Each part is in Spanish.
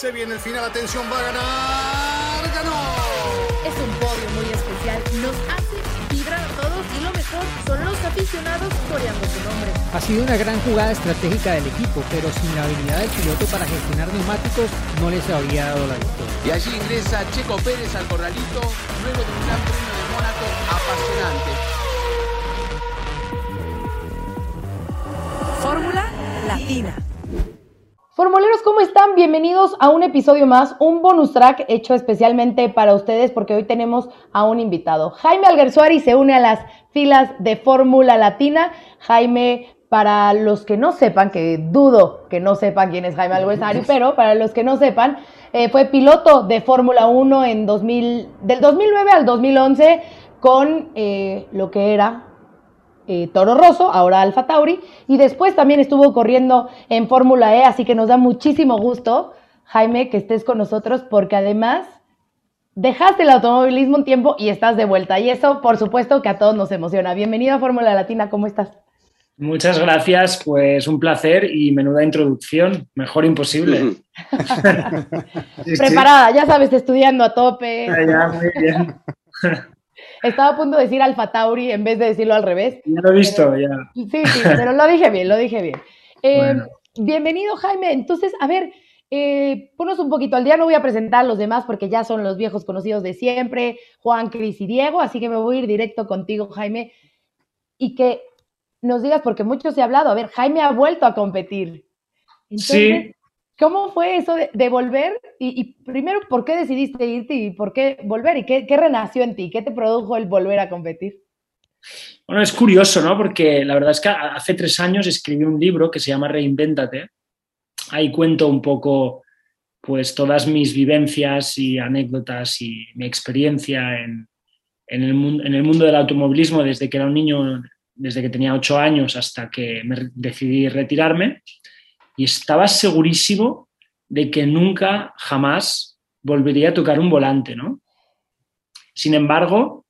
Se viene el final, atención, va a ganar, ¡ganó! Es un podio muy especial, nos hace vibrar a todos y lo mejor son los aficionados coreando su nombre. Ha sido una gran jugada estratégica del equipo, pero sin la habilidad del piloto para gestionar neumáticos no les habría dado la victoria. Y allí ingresa Checo Pérez al corralito, luego de un gran premio de Mónaco apasionante. Fórmula Latina. Formuleros, ¿cómo están? Bienvenidos a un episodio más, un bonus track hecho especialmente para ustedes porque hoy tenemos a un invitado. Jaime Alguersuari se une a las filas de Fórmula Latina. Jaime, para los que no sepan, que dudo que no sepan quién es Jaime Alguersuari, pero para los que no sepan, fue piloto de Fórmula 1 del 2009 al 2011 con lo que era Toro Rosso, ahora Alfa Tauri, y después también estuvo corriendo en Fórmula E, así que nos da muchísimo gusto, Jaime, que estés con nosotros, porque además dejaste el automovilismo un tiempo y estás de vuelta, y eso, por supuesto, que a todos nos emociona. Bienvenido a Fórmula Latina, ¿cómo estás? Muchas gracias, pues un placer y menuda introducción, mejor imposible. Preparada, sí. Ya sabes, estudiando a tope. Ya, muy bien. Estaba a punto de decir Alfa Tauri en vez de decirlo al revés. Ya lo he visto, pero, ya. Sí, pero lo dije bien. Bueno. Bienvenido, Jaime. Entonces, a ver, ponos un poquito al día. No voy a presentar a los demás porque ya son los viejos conocidos de siempre, Juan, Cris y Diego, así que me voy a ir directo contigo, Jaime, y que nos digas, porque mucho se ha hablado, a ver, Jaime ha vuelto a competir. Entonces, sí. ¿Cómo fue eso de volver? Y primero, ¿por qué decidiste irte y por qué volver? ¿Y qué renació en ti? ¿Qué te produjo el volver a competir? Bueno, es curioso, ¿no? Porque la verdad es que hace 3 años escribí un libro que se llama Reinvéntate. Ahí cuento un poco, pues, todas mis vivencias y anécdotas y mi experiencia en el mundo del automovilismo desde que era un niño, desde que tenía 8 años hasta que decidí retirarme. Y estaba segurísimo de que nunca, jamás volvería a tocar un volante, ¿no? Sin embargo,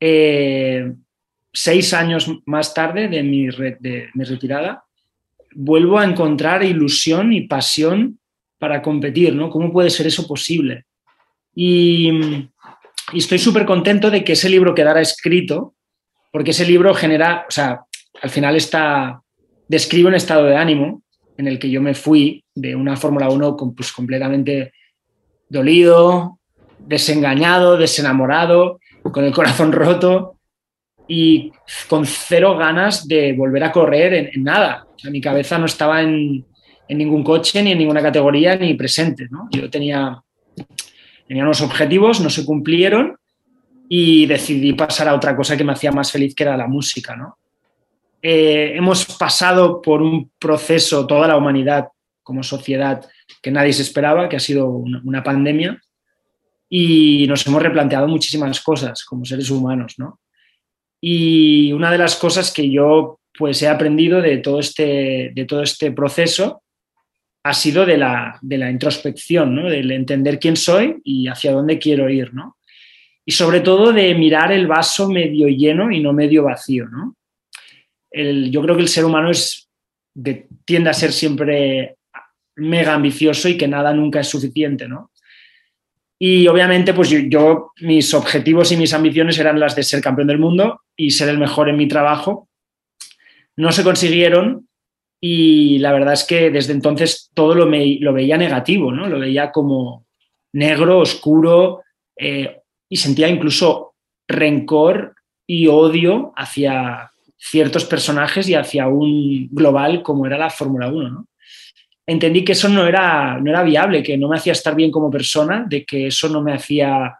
6 años más tarde de mi retirada, vuelvo a encontrar ilusión y pasión para competir, ¿no? ¿Cómo puede ser eso posible? Y estoy súper contento de que ese libro quedara escrito, porque ese libro genera, o sea, al final describe un estado de ánimo en el que yo me fui de una Fórmula 1 pues, completamente dolido, desengañado, desenamorado, con el corazón roto y con 0 ganas de volver a correr en nada. O sea, mi cabeza no estaba en ningún coche, ni en ninguna categoría, ni presente, ¿no? Yo tenía unos objetivos, no se cumplieron y decidí pasar a otra cosa que me hacía más feliz, que era la música, ¿no? Hemos pasado por un proceso, toda la humanidad como sociedad, que nadie se esperaba, que ha sido una pandemia, y nos hemos replanteado muchísimas cosas como seres humanos, ¿no? Y una de las cosas que yo pues, he aprendido de todo este proceso ha sido de la introspección, ¿no? Del entender quién soy y hacia dónde quiero ir, ¿no? Y sobre todo de mirar el vaso medio lleno y no medio vacío, ¿no? Yo creo que el ser humano tiende a ser siempre mega ambicioso y que nada nunca es suficiente, ¿no? Y obviamente pues mis objetivos y mis ambiciones eran las de ser campeón del mundo y ser el mejor en mi trabajo. No se consiguieron y la verdad es que desde entonces todo lo veía negativo, ¿no? Lo veía como negro, oscuro, y sentía incluso rencor y odio hacia ciertos personajes y hacia un global como era la Fórmula 1, ¿no? Entendí que eso no era viable, que no me hacía estar bien como persona, de que eso no me hacía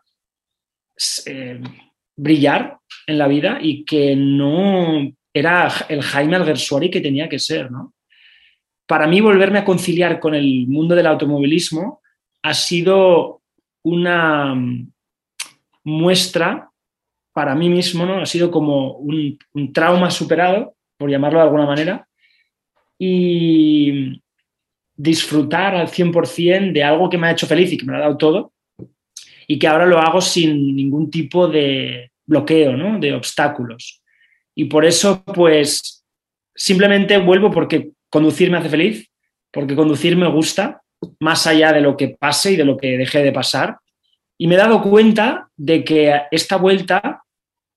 brillar en la vida y que no era el Jaime Alguersuari que tenía que ser, ¿no? Para mí volverme a conciliar con el mundo del automovilismo ha sido una muestra para mí mismo, ¿no? Ha sido como un trauma superado, por llamarlo de alguna manera, y disfrutar al 100% de algo que me ha hecho feliz y que me lo ha dado todo y que ahora lo hago sin ningún tipo de bloqueo, ¿no? De obstáculos. Y por eso, pues, simplemente vuelvo porque conducir me hace feliz, porque conducir me gusta más allá de lo que pase y de lo que deje de pasar. Y me he dado cuenta de que esta vuelta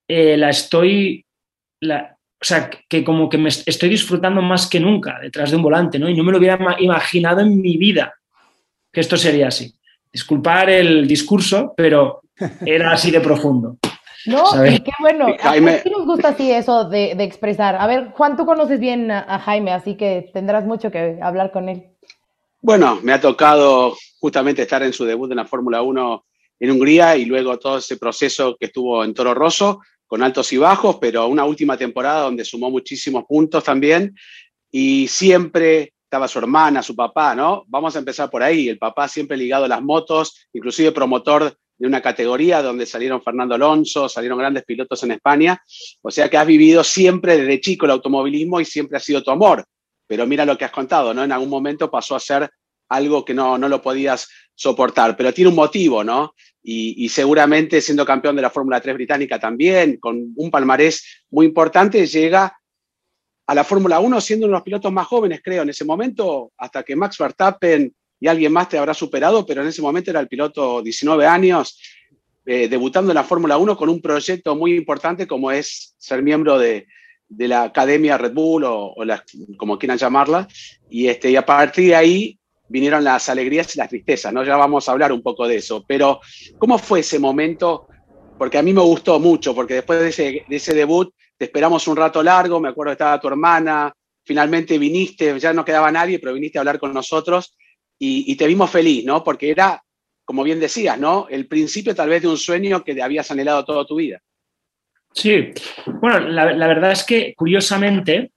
o sea, que como que me estoy disfrutando más que nunca detrás de un volante, ¿no? Y no me lo hubiera imaginado en mi vida que esto sería así. Disculpar el discurso, pero era así de profundo. No, ¿sabes? y qué bueno. Jaime. Sí nos gusta así eso de expresar. A ver, Juan, tú conoces bien a Jaime, así que tendrás mucho que hablar con él. Bueno, me ha tocado justamente estar en su debut en la Fórmula 1 en Hungría y luego todo ese proceso que estuvo en Toro Rosso, con altos y bajos, pero una última temporada donde sumó muchísimos puntos también y siempre estaba su hermana, su papá, ¿no? Vamos a empezar por ahí. El papá siempre ligado a las motos, inclusive promotor de una categoría donde salieron Fernando Alonso, salieron grandes pilotos en España. O sea que has vivido siempre desde chico el automovilismo y siempre ha sido tu amor. Pero mira lo que has contado, ¿no? En algún momento pasó a ser algo que no lo podías soportar, pero tiene un motivo, ¿no? Y seguramente siendo campeón de la Fórmula 3 británica también, con un palmarés muy importante, llega a la Fórmula 1 siendo uno de los pilotos más jóvenes, creo, en ese momento, hasta que Max Verstappen y alguien más te habrá superado, pero en ese momento era el piloto 19 años, debutando en la Fórmula 1 con un proyecto muy importante como es ser miembro de la Academia Red Bull o como quieran llamarla, y a partir de ahí vinieron las alegrías y las tristezas, ¿no? Ya vamos a hablar un poco de eso, pero ¿cómo fue ese momento? Porque a mí me gustó mucho, porque después de ese debut te esperamos un rato largo, me acuerdo que estaba tu hermana, finalmente viniste, ya no quedaba nadie, pero viniste a hablar con nosotros y te vimos feliz, ¿no? Porque era, como bien decías, ¿no? El principio tal vez de un sueño que habías anhelado toda tu vida. Sí, bueno, la verdad es que curiosamente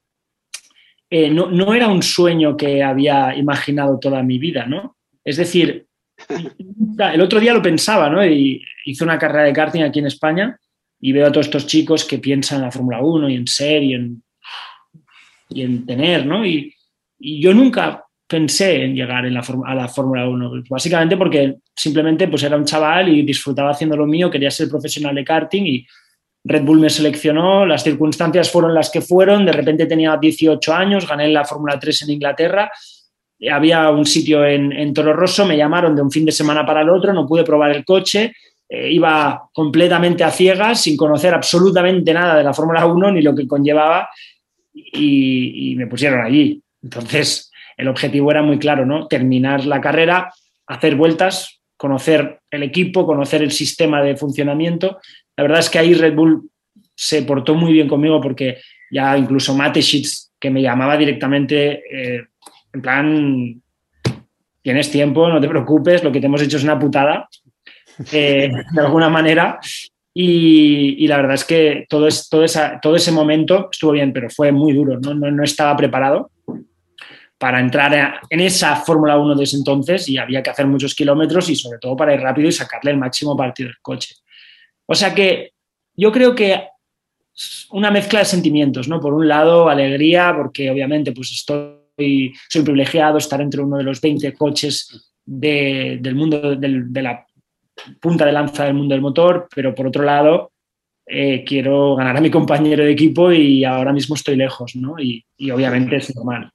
no era un sueño que había imaginado toda mi vida, ¿no? Es decir, el otro día lo pensaba, ¿no? Y hice una carrera de karting aquí en España y veo a todos estos chicos que piensan en la Fórmula 1 y en ser y en tener, ¿no? Y yo nunca pensé en llegar a la Fórmula 1, básicamente porque simplemente pues era un chaval y disfrutaba haciendo lo mío, quería ser profesional de karting y Red Bull me seleccionó, las circunstancias fueron las que fueron, de repente tenía 18 años, gané la Fórmula 3 en Inglaterra, había un sitio en Toro Rosso, me llamaron de un fin de semana para el otro, no pude probar el coche, iba completamente a ciegas, sin conocer absolutamente nada de la Fórmula 1 ni lo que conllevaba y me pusieron allí. Entonces, el objetivo era muy claro, ¿no? Terminar la carrera, hacer vueltas, conocer el equipo, conocer el sistema de funcionamiento. La verdad es que ahí Red Bull se portó muy bien conmigo porque ya incluso Mateschitz, que me llamaba directamente, en plan, tienes tiempo, no te preocupes, lo que te hemos hecho es una putada, de alguna manera. Y la verdad es que todo ese momento estuvo bien, pero fue muy duro, no estaba preparado para entrar en esa Fórmula 1 de ese entonces y había que hacer muchos kilómetros y sobre todo para ir rápido y sacarle el máximo partido del coche. O sea que yo creo que una mezcla de sentimientos, ¿no? Por un lado, alegría, porque obviamente pues soy privilegiado estar entre uno de los 20 coches del mundo, de la punta de lanza del mundo del motor, pero por otro lado, quiero ganar a mi compañero de equipo y ahora mismo estoy lejos, ¿no? Y obviamente es normal.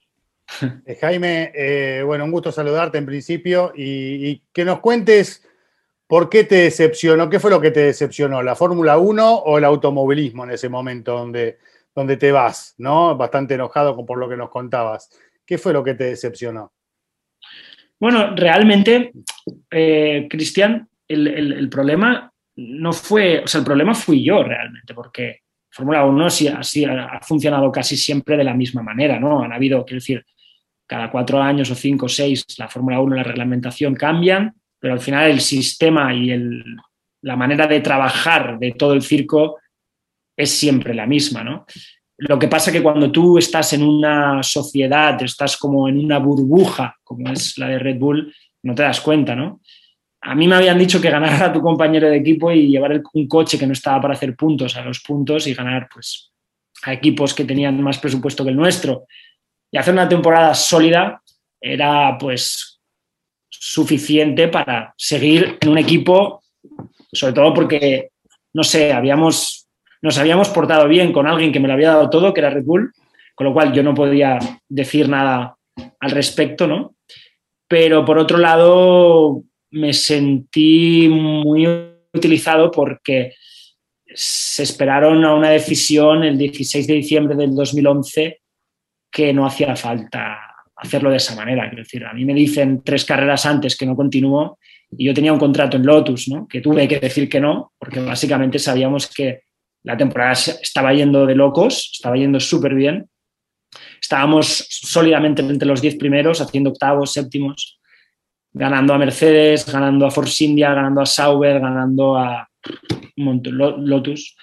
Jaime, bueno, un gusto saludarte en principio y que nos cuentes por qué te decepcionó, qué fue lo que te decepcionó, la Fórmula 1 o el automovilismo en ese momento donde te vas, ¿no? Bastante enojado por lo que nos contabas. ¿Qué fue lo que te decepcionó? Bueno, realmente, Cristian, el problema no fue, o sea, el problema fui yo realmente, porque Fórmula 1 sí ha funcionado casi siempre de la misma manera, ¿no? Han habido, quiero decir, cada 4 años o 5 o 6, la Fórmula 1 y la reglamentación cambian, pero al final el sistema y la manera de trabajar de todo el circo es siempre la misma, ¿no? Lo que pasa es que cuando tú estás en una sociedad, estás como en una burbuja, como es la de Red Bull, no te das cuenta, ¿no? A mí me habían dicho que ganar a tu compañero de equipo y llevar un coche que no estaba para hacer puntos a los puntos y ganar pues, a equipos que tenían más presupuesto que el nuestro. Y hacer una temporada sólida era pues suficiente para seguir en un equipo, sobre todo porque, no sé, nos habíamos portado bien con alguien que me lo había dado todo, que era Red Bull, con lo cual yo no podía decir nada al respecto, ¿no? pero por otro lado me sentí muy utilizado porque se esperaron a una decisión el 16 de diciembre del 2011 que no hacía falta hacerlo de esa manera. Quiero decir, a mí me dicen 3 carreras antes que no continúo y yo tenía un contrato en Lotus, ¿no? Que tuve que decir que no, porque básicamente sabíamos que la temporada estaba yendo de locos, estaba yendo súper bien. Estábamos sólidamente entre los 10 primeros, haciendo octavos, séptimos, ganando a Mercedes, ganando a Force India, ganando a Sauber, ganando a un montón, Lotus.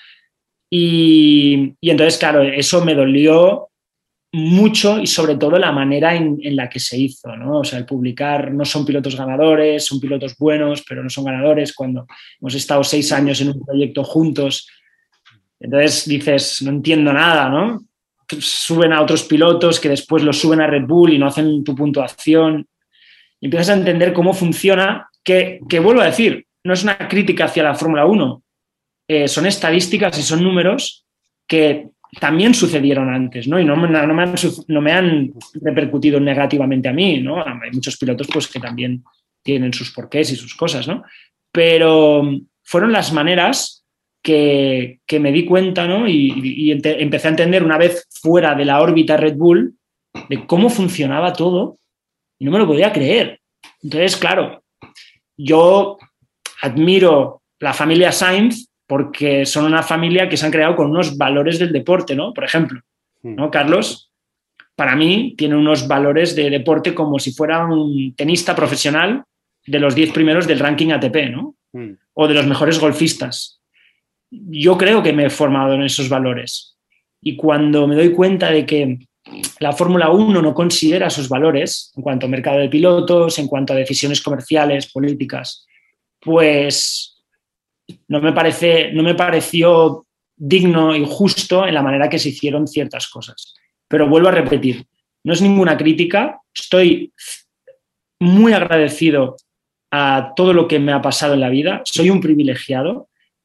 Y entonces, claro, eso me dolió mucho y sobre todo la manera en la que se hizo, ¿no? O sea, el publicar no son pilotos ganadores, son pilotos buenos, pero no son ganadores cuando hemos estado 6 años en un proyecto juntos. Entonces dices, no entiendo nada, ¿no? Suben a otros pilotos que después los suben a Red Bull y no hacen tu puntuación. Y empiezas a entender cómo funciona, que vuelvo a decir, no es una crítica hacia la Fórmula 1, son estadísticas y son números que también sucedieron antes, ¿no? Y no me han repercutido negativamente a mí, ¿no? Hay muchos pilotos pues, que también tienen sus porqués y sus cosas, ¿no? Pero fueron las maneras que me di cuenta, ¿no? Y empecé a entender una vez fuera de la órbita Red Bull de cómo funcionaba todo y no me lo podía creer. Entonces, claro, yo admiro la familia Sainz porque son una familia que se han creado con unos valores del deporte, ¿no? Por ejemplo, ¿no? Carlos, para mí, tiene unos valores de deporte como si fuera un tenista profesional de los 10 primeros del ranking ATP, ¿no? O de los mejores golfistas. Yo creo que me he formado en esos valores. Y cuando me doy cuenta de que la Fórmula 1 no considera esos valores en cuanto a mercado de pilotos, en cuanto a decisiones comerciales, políticas, pues no me pareció digno y justo en la manera que se hicieron ciertas cosas. Pero vuelvo a repetir, no es ninguna crítica, estoy muy agradecido a todo lo que me ha pasado en la vida, soy un privilegiado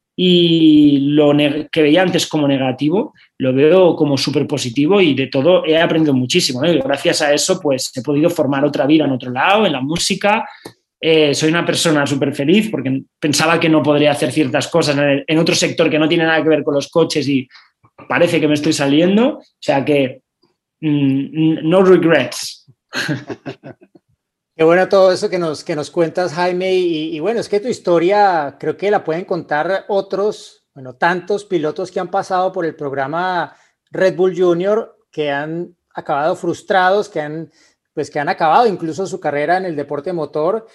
y lo que veía antes como negativo lo veo como súper positivo y de todo he aprendido muchísimo, ¿no? Y gracias a eso pues he podido formar otra vida en otro lado, en la música. Soy una persona súper feliz porque pensaba que no podría hacer ciertas cosas en otro sector que no tiene nada que ver con los coches y parece que me estoy saliendo. O sea que no regrets. Qué bueno todo eso que nos cuentas, Jaime. Y bueno, es que tu historia creo que la pueden contar otros, bueno, tantos pilotos que han pasado por el programa Red Bull Junior que han acabado frustrados, que han acabado incluso su carrera en el deporte motor,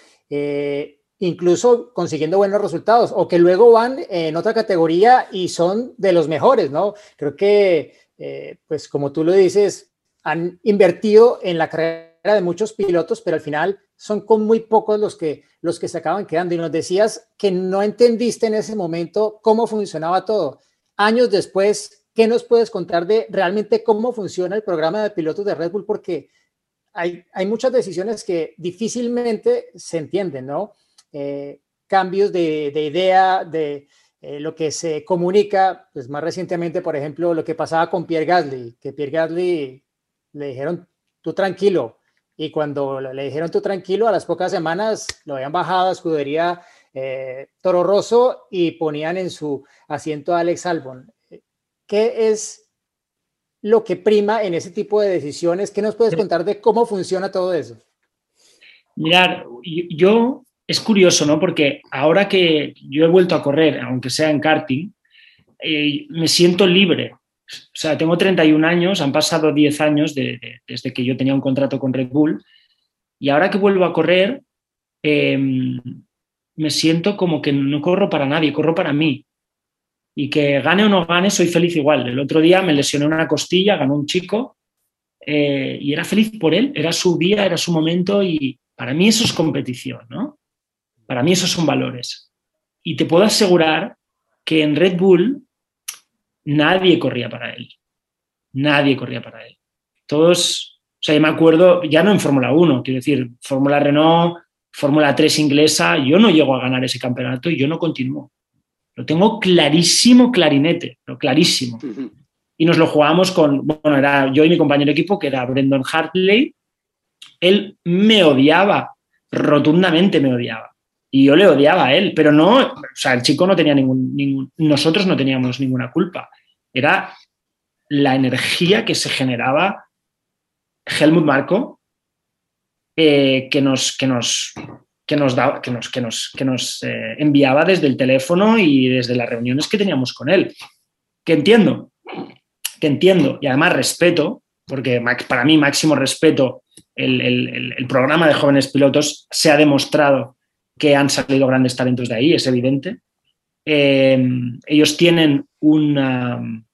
incluso consiguiendo buenos resultados, o que luego van en otra categoría y son de los mejores, ¿no? Creo que, pues como tú lo dices, han invertido en la carrera de muchos pilotos, pero al final son con muy pocos los que se acaban quedando. Y nos decías que no entendiste en ese momento cómo funcionaba todo. Años después, ¿qué nos puedes contar de realmente cómo funciona el programa de pilotos de Red Bull? Porque hay muchas decisiones que difícilmente se entienden, ¿no? Cambios de idea, de lo que se comunica, pues más recientemente, por ejemplo, lo que pasaba con Pierre Gasly, que Pierre Gasly le dijeron, tú tranquilo, y cuando le dijeron tú tranquilo, a las pocas semanas lo habían bajado a escudería Toro Rosso y ponían en su asiento a Alex Albon. ¿Qué es lo que prima en ese tipo de decisiones? ¿Qué nos puedes contar de cómo funciona todo eso? Mirad, yo es curioso, ¿no? Porque ahora que yo he vuelto a correr, aunque sea en karting, me siento libre. O sea, tengo 31 años, han pasado 10 años desde que yo tenía un contrato con Red Bull y ahora que vuelvo a correr me siento como que no corro para nadie, corro para mí. Y que gane o no gane, soy feliz igual. El otro día me lesioné una costilla, ganó un chico y era feliz por él, era su día, era su momento y para mí eso es competición, ¿no? Para mí esos son valores. Y te puedo asegurar que en Red Bull nadie corría para él. Nadie corría para él. Todos, o sea, yo me acuerdo, ya no en Fórmula 1, quiero decir, Fórmula Renault, Fórmula 3 inglesa, yo no llego a ganar ese campeonato y yo no continúo. Lo tengo clarísimo, clarinete, lo clarísimo. Y nos lo jugábamos con, bueno, era yo y mi compañero de equipo, que era Brendan Hartley, él me odiaba, rotundamente me odiaba. Y yo le odiaba a él, pero no, o sea, el chico no tenía nosotros no teníamos ninguna culpa. Era la energía que se generaba Helmut Marko, que nos enviaba desde el teléfono y desde las reuniones que teníamos con él. Que entiendo, y además respeto, porque para mí máximo respeto, el programa de jóvenes pilotos se ha demostrado que han salido grandes talentos de ahí, es evidente. Ellos tienen un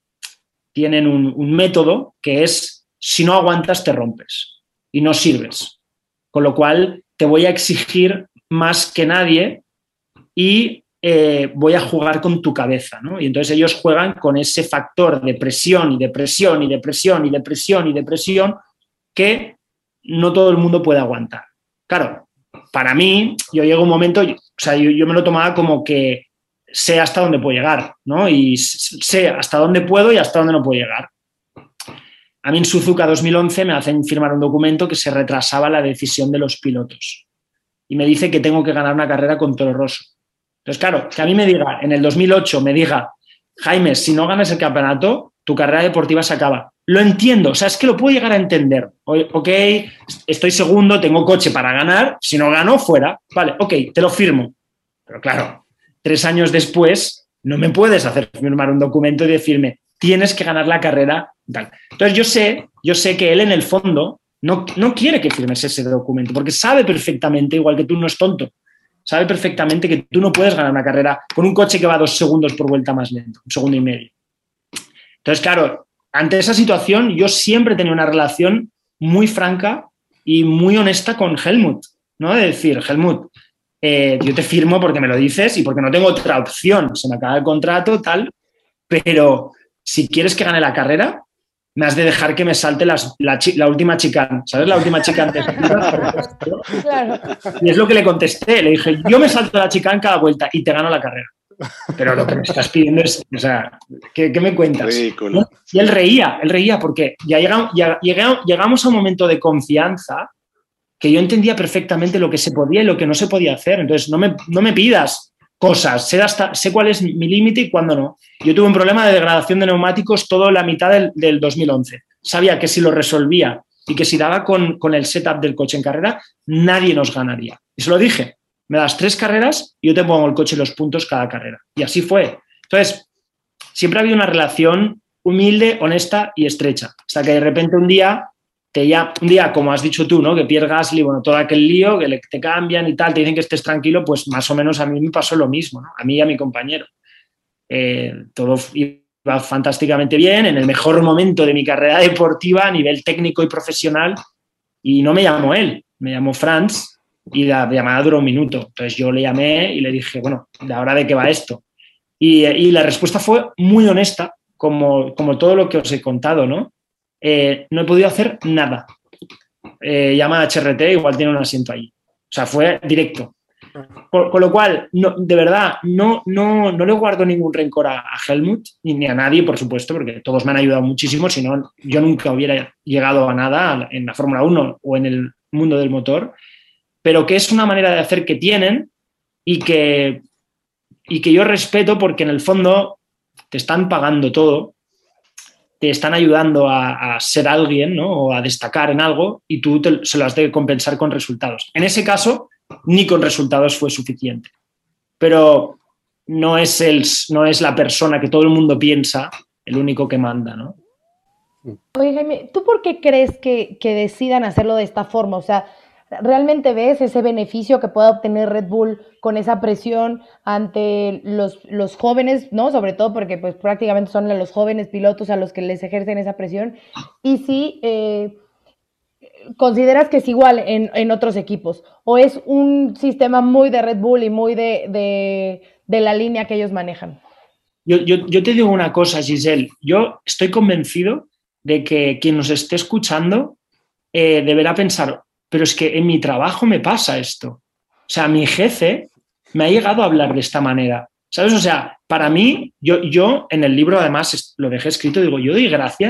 método que es, si no aguantas te rompes y no sirves. Con lo cual te voy a exigir más que nadie y voy a jugar con tu cabeza, ¿no? Y entonces ellos juegan con ese factor de presión y de presión y de presión y de presión y de presión que no todo el mundo puede aguantar. Claro, para mí, yo llego a un momento, o sea, yo me lo tomaba como que sé hasta dónde puedo llegar, ¿no? Y sé hasta dónde puedo y hasta dónde no puedo llegar. A mí en Suzuka 2011 me hacen firmar un documento que se retrasaba la decisión de los pilotos y me dice que tengo que ganar una carrera con Toro Rosso. Entonces, claro, que a mí me diga, en el 2008 me diga, Jaime, si no ganas el campeonato, tu carrera deportiva se acaba. Lo entiendo, o sea, es que lo puedo llegar a entender. Ok, estoy segundo, tengo coche para ganar, si no gano, fuera. Vale, ok, te lo firmo. Pero claro, 3 años después no me puedes hacer firmar un documento y decirme, tienes que ganar la carrera. Tal. Entonces yo sé que él en el fondo no quiere que firmes ese documento, porque sabe perfectamente, igual que tú no es tonto, sabe perfectamente que tú no puedes ganar una carrera con un coche que va 2 segundos por vuelta más lento, 1,5 segundos. Entonces, claro, ante esa situación yo siempre tenía una relación muy franca y muy honesta con Helmut, ¿no? De decir, Helmut, yo te firmo porque me lo dices y porque no tengo otra opción, se me acaba el contrato, tal, pero si quieres que gane la carrera, me has de dejar que me salte la última chicane, ¿sabes? La última chicane. Claro. Y es lo que le contesté, le dije, yo me salto la chicane cada vuelta y te gano la carrera. Pero lo que me estás pidiendo es, o sea, ¿qué me cuentas? Ridículo. Y él reía porque ya llegamos a un momento de confianza que yo entendía perfectamente lo que se podía y lo que no se podía hacer. Entonces, no me pidas cosas, sé cuál es mi límite y cuándo no. Yo tuve un problema de degradación de neumáticos toda la mitad del 2011. Sabía que si lo resolvía y que si daba con el setup del coche en carrera, nadie nos ganaría. Y se lo dije, me das 3 carreras y yo te pongo el coche y los puntos cada carrera. Y así fue. Entonces, siempre ha habido una relación humilde, honesta y estrecha. Hasta que de repente un día, como has dicho tú, ¿no? Que Pierre Gasly, bueno, todo aquel lío, que te cambian y tal, te dicen que estés tranquilo, pues más o menos a mí me pasó lo mismo, ¿no? A mí y a mi compañero. Todo iba fantásticamente bien, en el mejor momento de mi carrera deportiva a nivel técnico y profesional, y no me llamó él, me llamó Franz, y la llamada duró 1 minuto. Entonces yo le llamé y le dije, bueno, ¿de ahora de qué va esto? Y la respuesta fue muy honesta, como todo lo que os he contado, ¿no? No he podido hacer nada. Llama a HRT, igual tiene un asiento allí. O sea, fue directo. Con lo cual, de verdad, no le guardo ningún rencor a Helmut, ni a nadie, por supuesto, porque todos me han ayudado muchísimo, si no, yo nunca hubiera llegado a nada en la Fórmula 1 o en el mundo del motor, pero que es una manera de hacer que tienen y que yo respeto porque en el fondo te están pagando todo, te están ayudando a ser alguien, ¿no? O a destacar en algo y tú se lo has de compensar con resultados. En ese caso, ni con resultados fue suficiente. Pero no es la persona que todo el mundo piensa el único que manda, ¿no? Oye, Jaime, ¿tú por qué crees que decidan hacerlo de esta forma? O sea, ¿realmente ves ese beneficio que pueda obtener Red Bull con esa presión ante los jóvenes, ¿no? Sobre todo porque pues prácticamente son los jóvenes pilotos a los que les ejercen esa presión. Y si consideras que es igual en otros equipos, o es un sistema muy de Red Bull y muy de la línea que ellos manejan. Yo te digo una cosa, Giselle, yo estoy convencido de que quien nos esté escuchando deberá pensar, pero es que en mi trabajo me pasa esto. O sea, mi jefe me ha llegado a hablar de esta manera, ¿sabes? O sea, para mí, yo en el libro además lo dejé escrito, digo, yo doy gracias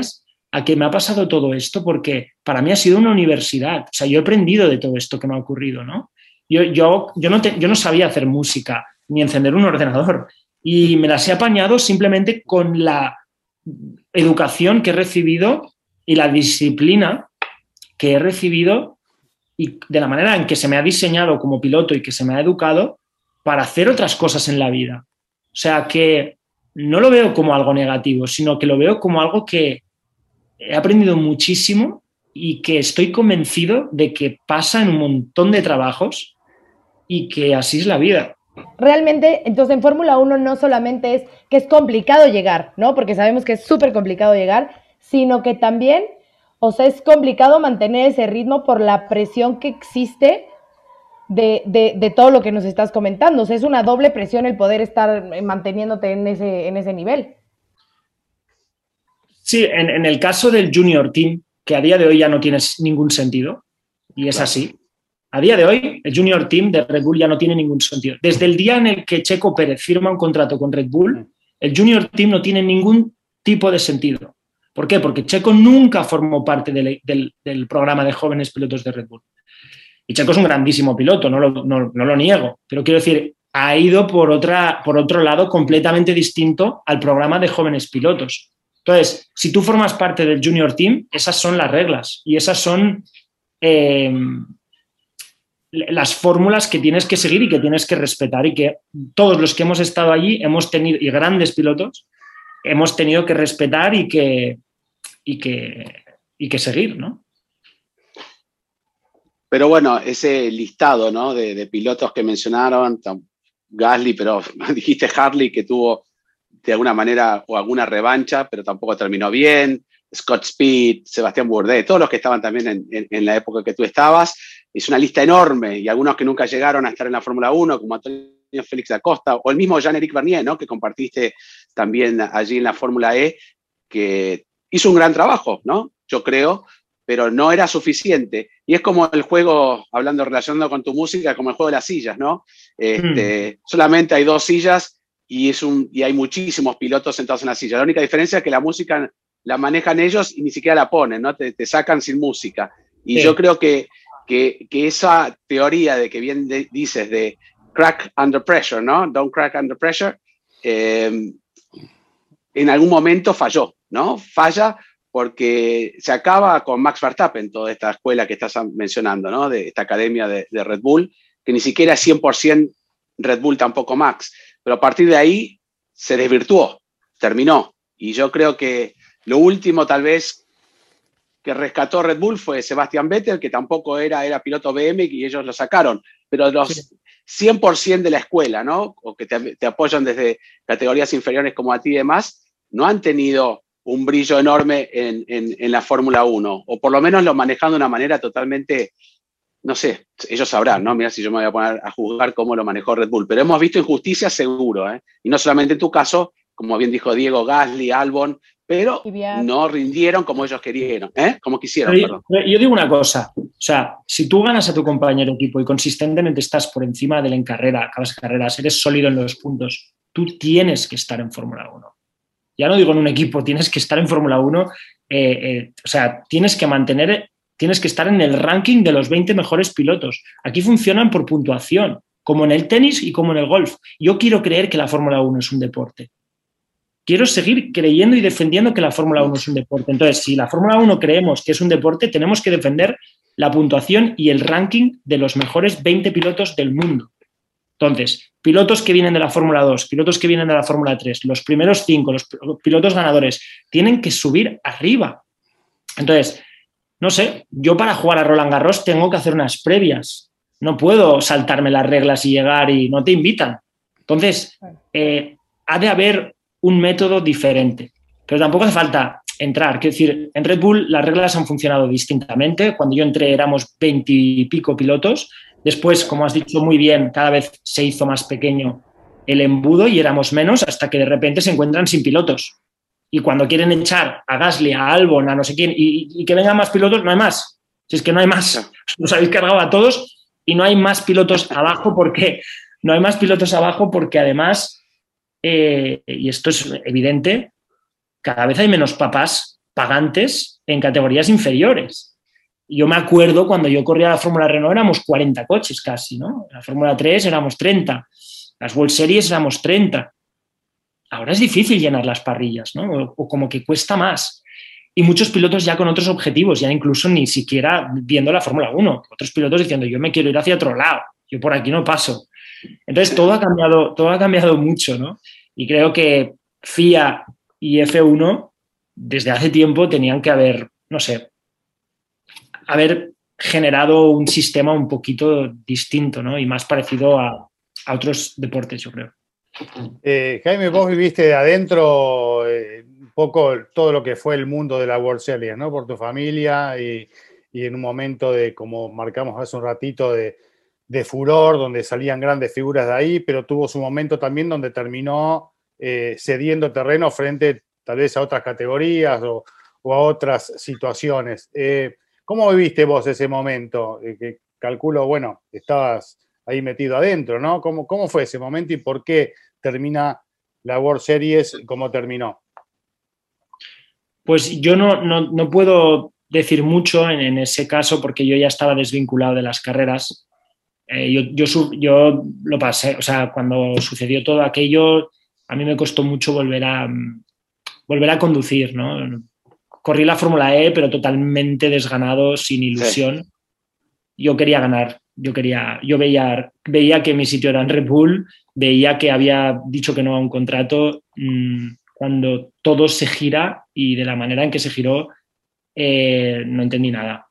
a que me ha pasado todo esto porque para mí ha sido una universidad. O sea, yo he aprendido de todo esto que me ha ocurrido, ¿no? Yo no sabía hacer música ni encender un ordenador y me las he apañado simplemente con la educación que he recibido y la disciplina que he recibido y de la manera en que se me ha diseñado como piloto y que se me ha educado para hacer otras cosas en la vida. O sea, que no lo veo como algo negativo, sino que lo veo como algo que he aprendido muchísimo y que estoy convencido de que pasa en un montón de trabajos y que así es la vida. Realmente, entonces en Fórmula 1 no solamente es que es complicado llegar, ¿no? Porque sabemos que es súper complicado llegar, sino que también, o sea, es complicado mantener ese ritmo por la presión que existe de todo lo que nos estás comentando. O sea, es una doble presión el poder estar manteniéndote en ese nivel. Sí, en el caso del Junior Team, que a día de hoy ya no tiene ningún sentido, y es así. A día de hoy, el Junior Team de Red Bull ya no tiene ningún sentido. Desde el día en el que Checo Pérez firma un contrato con Red Bull, el Junior Team no tiene ningún tipo de sentido. ¿Por qué? Porque Checo nunca formó parte del programa de jóvenes pilotos de Red Bull. Y Checo es un grandísimo piloto, no lo niego, pero quiero decir, ha ido por otro lado completamente distinto al programa de jóvenes pilotos. Entonces, si tú formas parte del Junior Team, esas son las reglas y esas son las fórmulas que tienes que seguir y que tienes que respetar y que todos los que hemos estado allí hemos tenido, y grandes pilotos, hemos tenido que respetar y que seguir, ¿no? Pero bueno, ese listado, ¿no? de pilotos que mencionaron, Gasly, pero dijiste Hartley que tuvo de alguna manera o alguna revancha, pero tampoco terminó bien, Scott Speed, Sebastián Bourdais, todos los que estaban también en la época que tú estabas. Es una lista enorme y algunos que nunca llegaron a estar en la Fórmula 1, como Antonio Félix da Costa o el mismo Jean-Éric Vergne, ¿no? Que compartiste también allí en la Fórmula E, que hizo un gran trabajo, ¿no? Yo creo, pero no era suficiente. Y es como el juego, relacionando con tu música, como el juego de las sillas, ¿no? Solamente hay 2 sillas y hay muchísimos pilotos sentados en la silla. La única diferencia es que la música la manejan ellos y ni siquiera la ponen, ¿no? Te sacan sin música. Y sí. Yo creo que esa teoría de que bien dices de crack under pressure, ¿no? Don't crack under pressure, en algún momento falló, ¿no? Falla porque se acaba con Max Verstappen, toda esta escuela que estás mencionando, ¿no? De esta academia de Red Bull, que ni siquiera es 100% Red Bull, tampoco Max. Pero a partir de ahí se desvirtuó, terminó. Y yo creo que lo último tal vez que rescató Red Bull fue Sebastian Vettel, que tampoco era piloto BM y ellos lo sacaron. Pero los 100% de la escuela, ¿no? O que te apoyan desde categorías inferiores como a ti y demás, no han tenido un brillo enorme en la Fórmula 1, o por lo menos lo manejan de una manera totalmente, no sé, ellos sabrán, ¿no? Mira si yo me voy a poner a juzgar cómo lo manejó Red Bull, pero hemos visto injusticias seguro, ¿eh? Y no solamente en tu caso, como bien dijo Diego, Gasly, Albon, pero no rindieron como ellos querían, como quisieron. Yo digo una cosa, o sea, si tú ganas a tu compañero equipo y consistentemente estás por encima de él en carrera, acabas carreras, eres sólido en los puntos, tú tienes que estar en Fórmula 1. Ya no digo en un equipo, tienes que estar en Fórmula 1, o sea, tienes que estar en el ranking de los 20 mejores pilotos. Aquí funcionan por puntuación, como en el tenis y como en el golf. Yo quiero creer que la Fórmula 1 es un deporte. Quiero seguir creyendo y defendiendo que la Fórmula 1 es un deporte. Entonces, si la Fórmula 1 creemos que es un deporte, tenemos que defender la puntuación y el ranking de los mejores 20 pilotos del mundo. Entonces, pilotos que vienen de la Fórmula 2, pilotos que vienen de la Fórmula 3, los primeros 5, los pilotos ganadores, tienen que subir arriba. Entonces, no sé, yo para jugar a Roland Garros tengo que hacer unas previas. No puedo saltarme las reglas y llegar y no te invitan. Entonces, ha de haber un método diferente. Pero tampoco hace falta entrar. Quiero decir, en Red Bull las reglas han funcionado distintamente. Cuando yo entré éramos 20 y pico pilotos. Después, como has dicho muy bien, cada vez se hizo más pequeño el embudo y éramos menos hasta que de repente se encuentran sin pilotos. Y cuando quieren echar a Gasly, a Albon, a no sé quién, y que vengan más pilotos, no hay más. Si es que no hay más. Los habéis cargado a todos y no hay más pilotos abajo porque además, y esto es evidente, cada vez hay menos papás pagantes en categorías inferiores. Yo me acuerdo cuando yo corría la Fórmula Renault éramos 40 coches casi, ¿no? La Fórmula 3 éramos 30, las World Series éramos 30. Ahora es difícil llenar las parrillas, ¿no? O como que cuesta más. Y muchos pilotos ya con otros objetivos, ya incluso ni siquiera viendo la Fórmula 1. Otros pilotos diciendo, yo me quiero ir hacia otro lado, yo por aquí no paso. Entonces todo ha cambiado mucho, ¿no? Y creo que FIA y F1 desde hace tiempo tenían que haber, no sé, haber generado un sistema un poquito distinto, ¿no? Y más parecido a otros deportes, yo creo. Jaime, vos viviste de adentro un poco todo lo que fue el mundo de la World Series, ¿no? Por tu familia y en un momento de, como marcamos hace un ratito, de furor, donde salían grandes figuras de ahí, pero tuvo su momento también donde terminó cediendo terreno frente tal vez a otras categorías o a otras situaciones. ¿Cómo viviste vos ese momento? Que calculo, bueno, estabas ahí metido adentro, ¿no? ¿Cómo fue ese momento y por qué termina la World Series como terminó? Pues yo no puedo decir mucho en ese caso porque yo ya estaba desvinculado de las carreras. Yo lo pasé, o sea, cuando sucedió todo aquello, a mí me costó mucho volver a conducir, ¿no? Corrí la Fórmula E, pero totalmente desganado, sin ilusión. Sí. Yo quería ganar, yo veía que mi sitio era en Red Bull, veía que había dicho que no a un contrato. Cuando todo se gira y de la manera en que se giró, no entendí nada.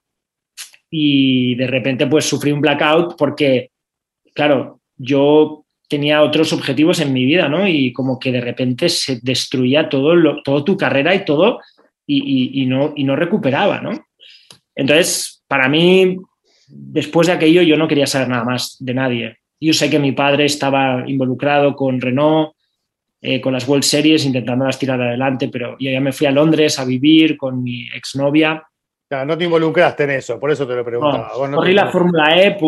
Y de repente pues sufrí un blackout porque, claro, yo tenía otros objetivos en mi vida, ¿no? Y como que de repente se destruía todo tu carrera y todo y no recuperaba, ¿no? Entonces, para mí, después de aquello, yo no quería saber nada más de nadie. Yo sé que mi padre estaba involucrado con Renault, con las World Series, intentándolas tirar adelante, pero yo ya me fui a Londres a vivir con mi exnovia. Claro, no te involucraste en eso, por eso te lo preguntaba. No, corrí la Fórmula E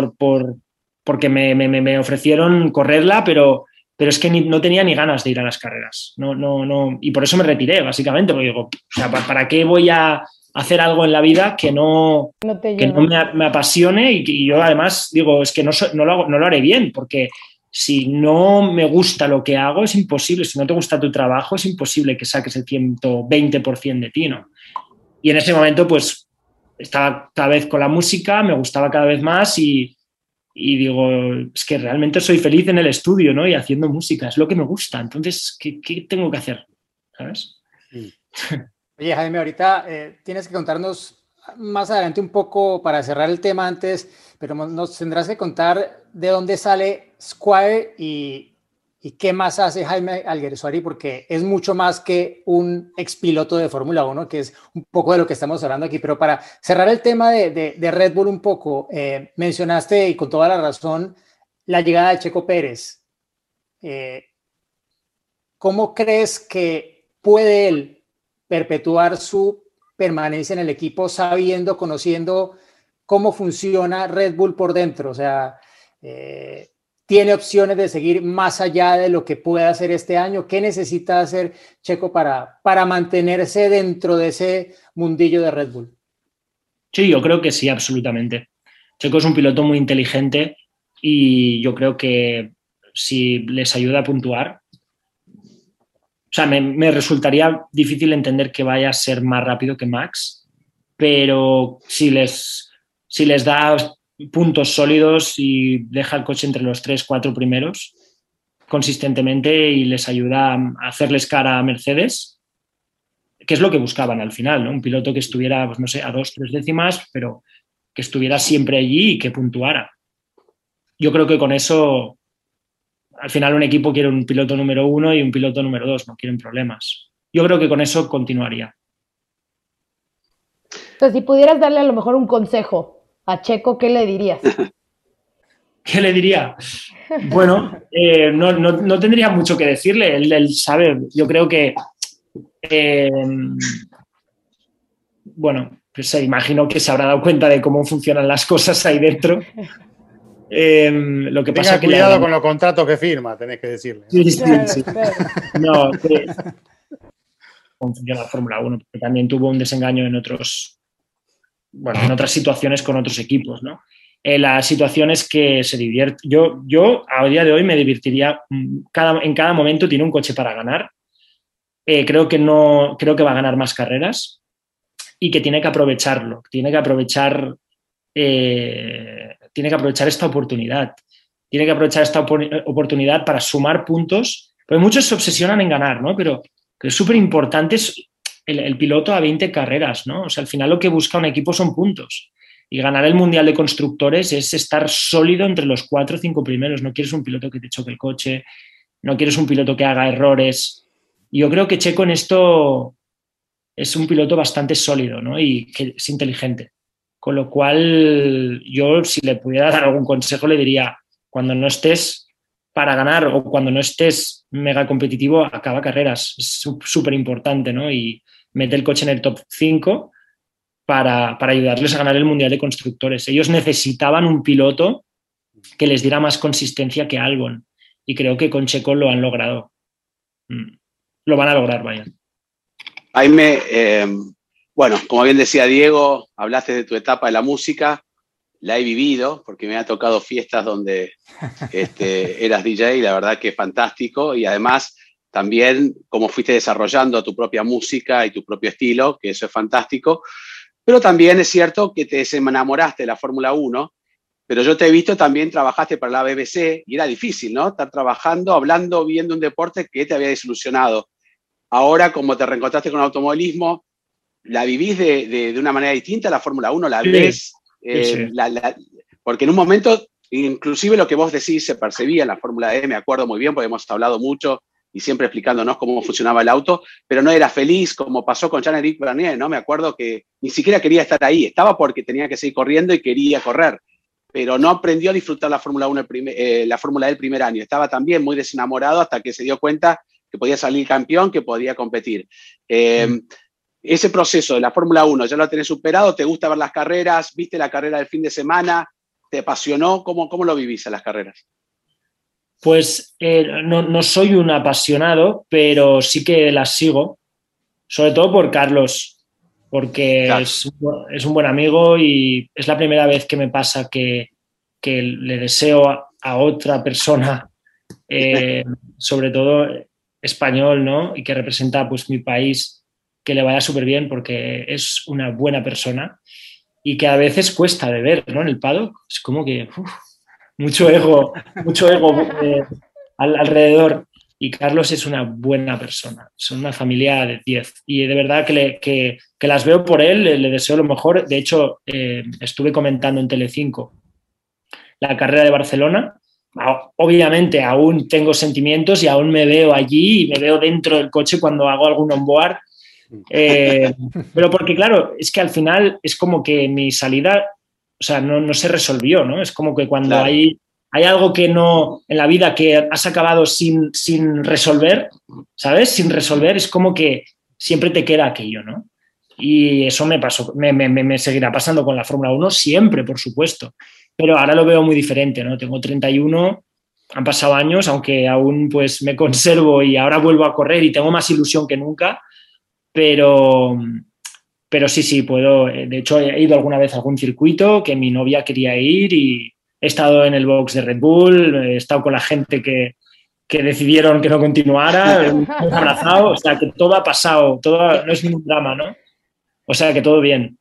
porque me ofrecieron correrla, pero es que no tenía ni ganas de ir a las carreras. No, y por eso me retiré, básicamente, porque digo, o sea, ¿para qué voy a hacer algo en la vida que no me apasione? Y yo además digo, es que no lo haré bien, porque si no me gusta lo que hago, es imposible. Si no te gusta tu trabajo, es imposible que saques el 120% de ti, ¿no? Y en ese momento, pues, estaba cada vez con la música, me gustaba cada vez más y digo, es que realmente soy feliz en el estudio, ¿no? Y haciendo música, es lo que me gusta. Entonces, ¿qué tengo que hacer? ¿Sabes? Sí. Oye, Jaime, ahorita tienes que contarnos más adelante un poco para cerrar el tema antes, pero nos tendrás que contar de dónde sale Squire y qué más hace Jaime Alguersuari, porque es mucho más que un expiloto de Fórmula 1, que es un poco de lo que estamos hablando aquí. Pero para cerrar el tema de Red Bull un poco, mencionaste, y con toda la razón, la llegada de Checo Pérez. ¿Cómo crees que puede él perpetuar su permanencia en el equipo sabiendo, conociendo cómo funciona Red Bull por dentro? O sea, ¿tiene opciones de seguir más allá de lo que pueda hacer este año? ¿Qué necesita hacer Checo para mantenerse dentro de ese mundillo de Red Bull? Sí, yo creo que sí, absolutamente. Checo es un piloto muy inteligente y yo creo que si les ayuda a puntuar, o sea, me resultaría difícil entender que vaya a ser más rápido que Max, pero si les da puntos sólidos y deja el coche entre los 3-4 primeros consistentemente y les ayuda a hacerles cara a Mercedes, que es lo que buscaban al final, ¿no? Un piloto que estuviera, pues no sé, a 2-3 décimas, pero que estuviera siempre allí y que puntuara. Yo creo que con eso, al final un equipo quiere un piloto número 1 y un piloto número 2, no quieren problemas. Yo creo que con eso continuaría. Entonces, si pudieras darle a lo mejor un consejo a Checo, ¿qué le dirías? ¿Qué le diría? Bueno, no tendría mucho que decirle. Él sabe, yo creo que bueno, pues imagino que se habrá dado cuenta de cómo funcionan las cosas ahí dentro. Lo que pasa es que cuidado con los contratos que firma, tenés que decirle, ¿no? Sí. No, cómo funciona la Fórmula 1, porque también tuvo un desengaño en en otras situaciones con otros equipos, ¿no? La situación es que se divierte. Yo a día de hoy me divertiría, en cada momento tiene un coche para ganar. Creo que va a ganar más carreras y que tiene que aprovecharlo, tiene que aprovechar esta oportunidad. Tiene que aprovechar esta oportunidad para sumar puntos, porque muchos se obsesionan en ganar, ¿no? Pero es súper importante el piloto a 20 carreras, ¿no? O sea, al final lo que busca un equipo son puntos. Y ganar el Mundial de Constructores es estar sólido entre los 4 o 5 primeros. No quieres un piloto que te choque el coche, no quieres un piloto que haga errores. Y yo creo que Checo en esto es un piloto bastante sólido, ¿no? Y que es inteligente. Con lo cual, yo si le pudiera dar algún consejo le diría, cuando no estés para ganar o cuando no estés mega competitivo, acaba carreras. Es súper importante, ¿no? Y mete el coche en el top 5 para ayudarles a ganar el Mundial de Constructores. Ellos necesitaban un piloto que les diera más consistencia que Albon. Y creo que con Checo lo han logrado. Lo van a lograr, vaya. Jaime, bueno, como bien decía Diego, hablaste de tu etapa de la música. La he vivido porque me ha tocado fiestas donde eras DJ y la verdad que es fantástico. Y además también cómo fuiste desarrollando tu propia música y tu propio estilo, que eso es fantástico. Pero también es cierto que te enamoraste de la Fórmula 1, pero yo te he visto también trabajaste para la BBC y era difícil, ¿no? Estar trabajando, hablando, viendo un deporte que te había desilusionado. Ahora, como te reencontraste con el automovilismo, ¿la vivís de una manera distinta la Fórmula 1? ¿La ves? Sí. Porque en un momento, inclusive lo que vos decís se percibía en la Fórmula E, me acuerdo muy bien, porque hemos hablado mucho y siempre explicándonos cómo funcionaba el auto, pero no era feliz, como pasó con Jean-Éric Vergne, ¿no? Me acuerdo que ni siquiera quería estar ahí, estaba porque tenía que seguir corriendo y quería correr, pero no aprendió a disfrutar la Fórmula 1, la Fórmula E el primer año. Estaba también muy desenamorado hasta que se dio cuenta que podía salir campeón, que podía competir. Ese proceso de la Fórmula 1, ¿ya lo tenés superado? ¿Te gusta ver las carreras? ¿Viste la carrera del fin de semana? ¿Te apasionó? ¿Cómo lo vivís a las carreras? Pues no soy un apasionado, pero sí que las sigo, sobre todo por Carlos, porque claro, es un buen amigo y es la primera vez que me pasa que le deseo a otra persona, sobre todo español, ¿no? Y que representa pues mi país, que le vaya súper bien porque es una buena persona y que a veces cuesta de ver, ¿no? En el paddock es como que mucho ego alrededor. Y Carlos es una buena persona, son una familia de 10 y de verdad que las veo por él, le deseo lo mejor. De hecho, estuve comentando en Telecinco la carrera de Barcelona. Obviamente aún tengo sentimientos y aún me veo allí y me veo dentro del coche cuando hago algún onboard. Pero porque claro, es que al final es como que mi salida, o sea, no se resolvió, ¿no? Es como que cuando claro, hay algo que no, en la vida que has acabado sin resolver, ¿sabes? Sin resolver, es como que siempre te queda aquello, ¿no? Y eso me pasó, me seguirá pasando con la Fórmula 1 siempre, por supuesto. Pero ahora lo veo muy diferente, ¿no? Tengo 31, han pasado años, aunque aún pues me conservo y ahora vuelvo a correr y tengo más ilusión que nunca. Pero sí, puedo. De hecho, he ido alguna vez a algún circuito que mi novia quería ir y he estado en el box de Red Bull, he estado con la gente que decidieron que no continuara, hemos abrazado, o sea, que todo ha pasado, no es ningún drama, ¿no? O sea, que todo bien.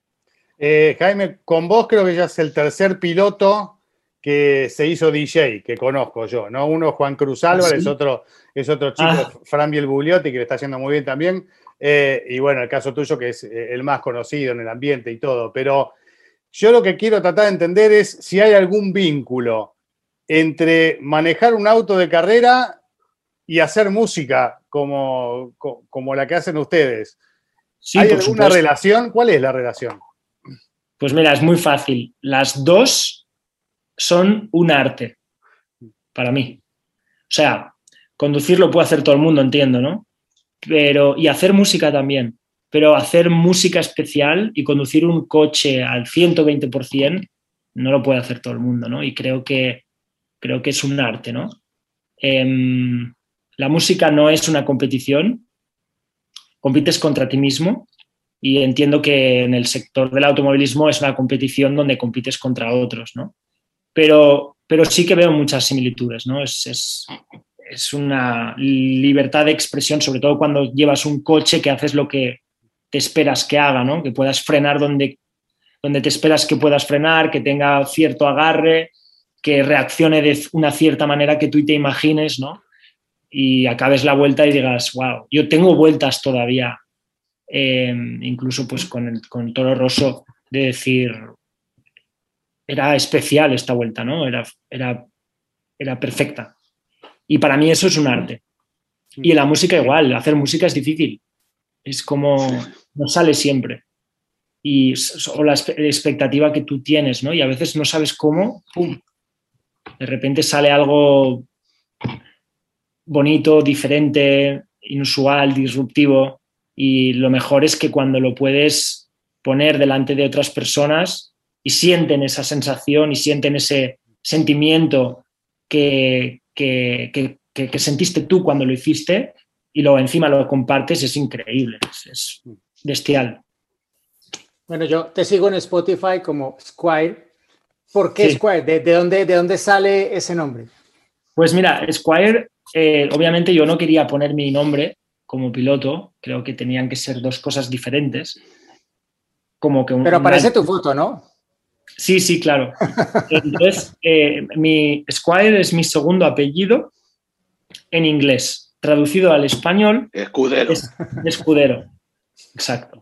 Jaime, con vos creo que ya es el tercer piloto que se hizo DJ, que conozco yo, ¿no? Uno es Juan Cruz Álvarez, ¿sí? Es otro chico, Fran Bielbugliotti, que le está haciendo muy bien también. Y bueno, el caso tuyo, que es el más conocido en el ambiente y todo. Pero yo lo que quiero tratar de entender es si hay algún vínculo entre manejar un auto de carrera y hacer música como la que hacen ustedes. Sí, ¿hay alguna relación? ¿Cuál es la relación? Pues mira, es muy fácil. Las dos son un arte para mí. O sea, conducirlo puede hacer todo el mundo, entiendo, ¿no? Y hacer música también. Pero hacer música especial y conducir un coche al 120% no lo puede hacer todo el mundo, ¿no? Y creo que es un arte, ¿no? La música no es una competición. compites contra ti mismo, y entiendo que en el sector del automovilismo es una competición donde compites contra otros, ¿no? Pero sí que veo muchas similitudes, ¿no? Es una libertad de expresión, sobre todo cuando llevas un coche que haces lo que te esperas que haga, ¿no? Que puedas frenar donde te esperas que puedas frenar, que tenga cierto agarre, que reaccione de una cierta manera que tú te imagines, ¿no? Y acabes la vuelta y digas, wow, yo tengo vueltas todavía, incluso pues con Toro Rosso, de decir, era especial esta vuelta, ¿no? Era perfecta. Y para mí eso es un arte. Y en la música igual, hacer música es difícil. Es como, no sale siempre. O la expectativa que tú tienes, ¿no? Y a veces no sabes cómo, ¡pum! De repente sale algo bonito, diferente, inusual, disruptivo, y lo mejor es que cuando lo puedes poner delante de otras personas y sienten esa sensación y sienten ese sentimiento que sentiste tú cuando lo hiciste, y luego encima lo compartes, es increíble, es bestial. Bueno, yo te sigo en Spotify como Squire. ¿Por qué Sí. Squire? ¿De dónde sale ese nombre? Pues mira, Squire, obviamente yo no quería poner mi nombre como piloto, creo que tenían que ser dos cosas diferentes. Pero aparece tu foto, ¿no? Sí, claro. Entonces, mi Squire es mi segundo apellido en inglés. Traducido al español, Escudero. es escudero. Exacto.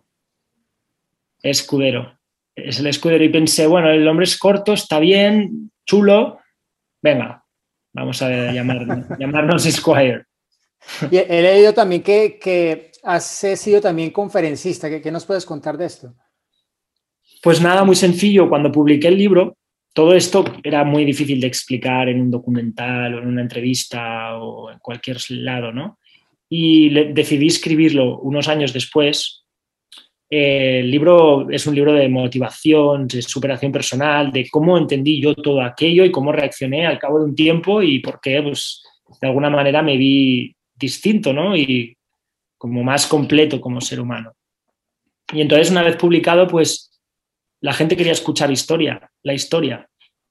Escudero. Es el escudero. Y pensé, bueno, el nombre es corto, está bien, chulo. Venga, vamos a llamarnos Squire. Y he leído también que has sido también conferencista. ¿Qué nos puedes contar de esto? Pues nada, muy sencillo. Cuando publiqué el libro, todo esto era muy difícil de explicar en un documental o en una entrevista o en cualquier lado, ¿no? Y decidí escribirlo unos años después. El libro es un libro de motivación, de superación personal, de cómo entendí yo todo aquello y cómo reaccioné al cabo de un tiempo y por qué, pues, de alguna manera me vi distinto, ¿no? Y como más completo como ser humano. Y entonces, una vez publicado, pues, la gente quería escuchar la historia.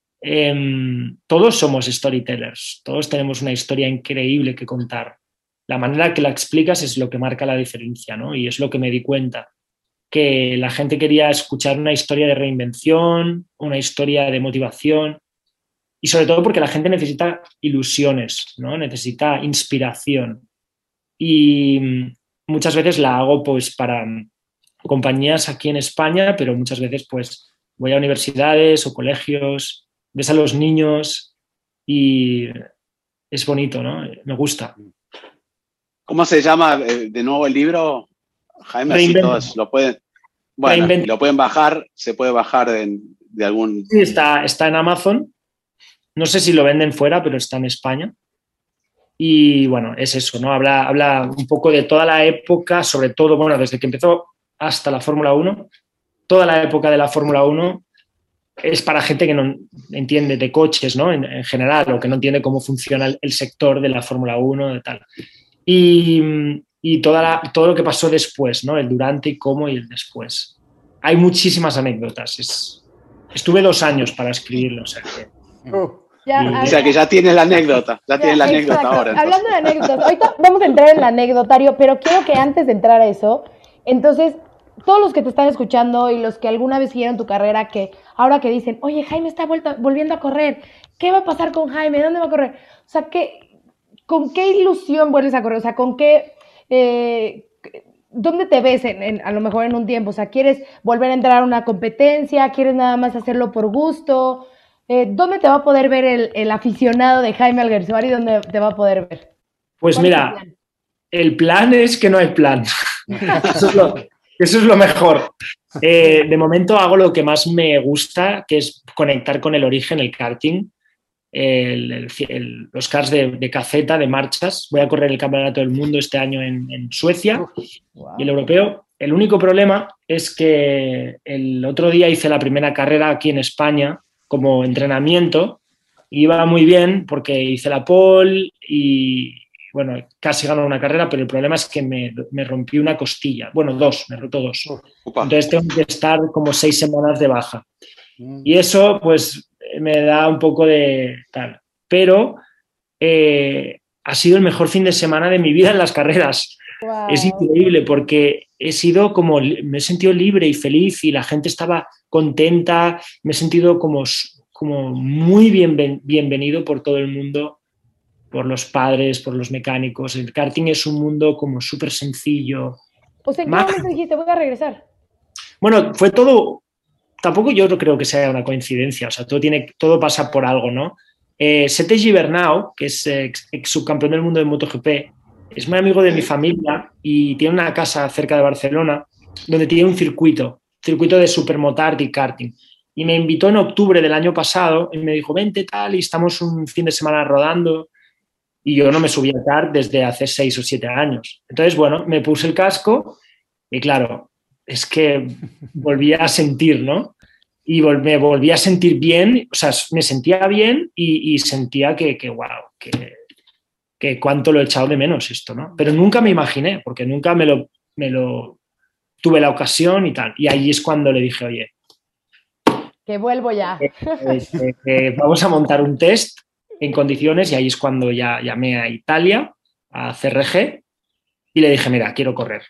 Todos somos storytellers, todos tenemos una historia increíble que contar. La manera que la explicas es lo que marca la diferencia, ¿no? Y es lo que me di cuenta, que la gente quería escuchar una historia de reinvención, una historia de motivación, y sobre todo porque la gente necesita ilusiones, ¿no? Necesita inspiración. Y muchas veces la hago pues para compañías aquí en España, pero muchas veces pues voy a universidades o colegios, ves a los niños y es bonito, ¿no? Me gusta. ¿Cómo se llama de nuevo el libro, Jaime? Así todos lo pueden. Bueno, lo pueden bajar, se puede bajar de algún. Sí, está en Amazon. No sé si lo venden fuera, pero está en España. Y bueno, es eso, ¿no? Habla un poco de toda la época, sobre todo, bueno, desde que empezó hasta la Fórmula 1. Toda la época de la Fórmula 1 es para gente que no entiende de coches, ¿no? En general, o que no entiende cómo funciona el sector de la Fórmula 1 y tal. Y todo lo que pasó después, ¿no? El durante y cómo y el después. Hay muchísimas anécdotas. Estuve 2 años para escribirlo, o sea que... O sea que ya tienes la anécdota, ahora. Entonces. Hablando de anécdotas, ahorita vamos a entrar en el anecdotario, pero quiero que antes de entrar a eso, entonces, todos los que te están escuchando y los que alguna vez siguieron tu carrera, que ahora que dicen, oye, Jaime está volviendo a correr, ¿qué va a pasar con Jaime? ¿Dónde va a correr? O sea, ¿con qué ilusión vuelves a correr? O sea, ¿con qué... ¿dónde te ves a lo mejor en un tiempo? O sea, ¿quieres volver a entrar a una competencia? ¿Quieres nada más hacerlo por gusto? ¿Dónde te va a poder ver el aficionado de Jaime Alguersuari? ¿Dónde te va a poder ver? Pues mira, el plan es que no hay plan. Eso es lo mejor. De momento hago lo que más me gusta, que es conectar con el origen, el karting, los karts de caceta, de marchas. Voy a correr el Campeonato del Mundo este año en Suecia y el europeo. El único problema es que el otro día hice la primera carrera aquí en España como entrenamiento. Iba muy bien porque hice la pole y bueno, casi ganó una carrera, pero el problema es que me rompí una costilla. Bueno, me he roto dos. Upa. Entonces tengo que estar como 6 semanas de baja. Y eso, pues, me da un poco de tal. Pero ha sido el mejor fin de semana de mi vida en las carreras. Wow. Es increíble porque me he sentido libre y feliz y la gente estaba contenta. Me he sentido como muy bienvenido por todo el mundo, por los padres, por los mecánicos. El karting es un mundo como súper sencillo. O sea, ¿en qué momento dijiste voy a regresar? Bueno, fue todo, tampoco yo no creo que sea una coincidencia, o sea, todo pasa por algo, ¿no? Sete Gibernau, que es ex subcampeón del mundo de MotoGP, es muy amigo de mi familia y tiene una casa cerca de Barcelona donde tiene un circuito de supermotard y karting. Y me invitó en octubre del año pasado y me dijo, vente tal, y estamos un fin de semana rodando. Y yo no me subí a kart desde hace 6 o 7 años. Entonces, bueno, me puse el casco y claro, es que volví a sentir, ¿no? Y me volví a sentir bien, o sea, me sentía bien y sentía que wow, que cuánto lo he echado de menos esto, ¿no? Pero nunca me imaginé, porque nunca me lo tuve la ocasión y tal. Y ahí es cuando le dije, oye, que vuelvo ya. Vamos a montar un test en condiciones y ahí es cuando ya llamé a Italia, a CRG y le dije, mira, quiero correr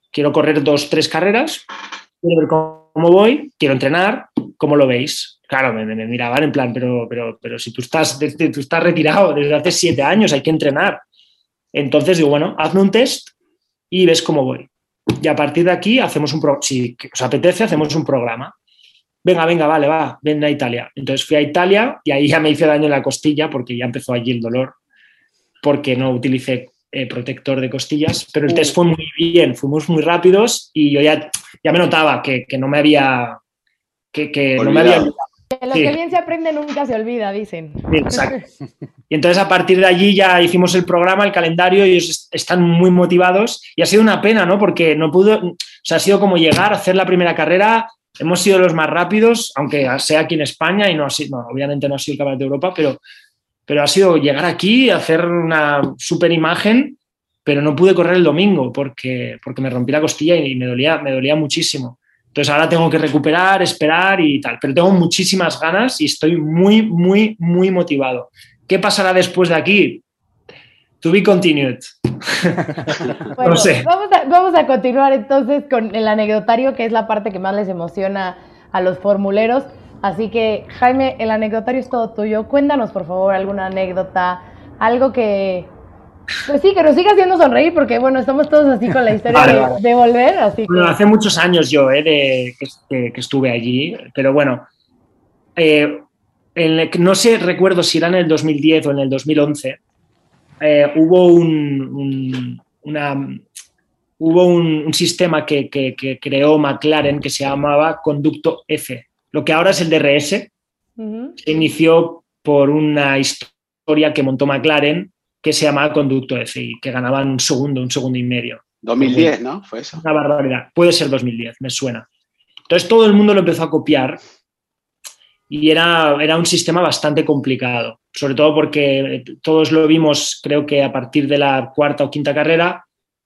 2-3 carreras, quiero ver cómo voy, quiero entrenar, ¿cómo lo veis? Claro, me miraban en plan, pero si tú estás retirado desde hace 7 años, hay que entrenar. Entonces digo, bueno, hazme un test y ves cómo voy. Y a partir de aquí hacemos si os apetece, hacemos un programa. Venga, vale, ven a Italia. Entonces fui a Italia y ahí ya me hice daño en la costilla porque ya empezó allí el dolor, porque no utilicé protector de costillas, pero el test fue muy bien, fuimos muy rápidos y yo ya me notaba que no me había... que no me había olvidado. Lo que bien se aprende nunca se olvida, dicen. Sí, exacto. Y entonces a partir de allí ya hicimos el programa, el calendario, y ellos están muy motivados y ha sido una pena, ¿no? Porque no pudo... O sea, ha sido como llegar a hacer la primera carrera. Hemos sido los más rápidos, aunque sea aquí en España y obviamente no ha sido el Campeonato de Europa, pero ha sido llegar aquí, hacer una super imagen, pero no pude correr el domingo porque me rompí la costilla y me dolía muchísimo. Entonces ahora tengo que recuperar, esperar y tal, pero tengo muchísimas ganas y estoy muy, muy, muy motivado. ¿Qué pasará después de aquí? To be continued. Bueno, no sé. Vamos a continuar entonces con el anecdotario, que es la parte que más les emociona a los formuleros. Así que, Jaime, el anecdotario es todo tuyo. Cuéntanos, por favor, alguna anécdota, algo que... Pues sí, que nos siga haciendo sonreír, porque bueno, estamos todos así con la historia de volver, así que... Bueno, hace muchos años yo que estuve allí, pero bueno, no sé, recuerdo si era en el 2010 o en el 2011, hubo un sistema que creó McLaren que se llamaba Conducto F, lo que ahora es el DRS. Se inició por una historia que montó McLaren que se llamaba Conducto F y que ganaban un segundo y medio. 2010, ¿no? Fue eso. Una barbaridad. Puede ser 2010, me suena. Entonces todo el mundo lo empezó a copiar y era un sistema bastante complicado, sobre todo porque todos lo vimos, creo que a partir de la 4ª o 5ª carrera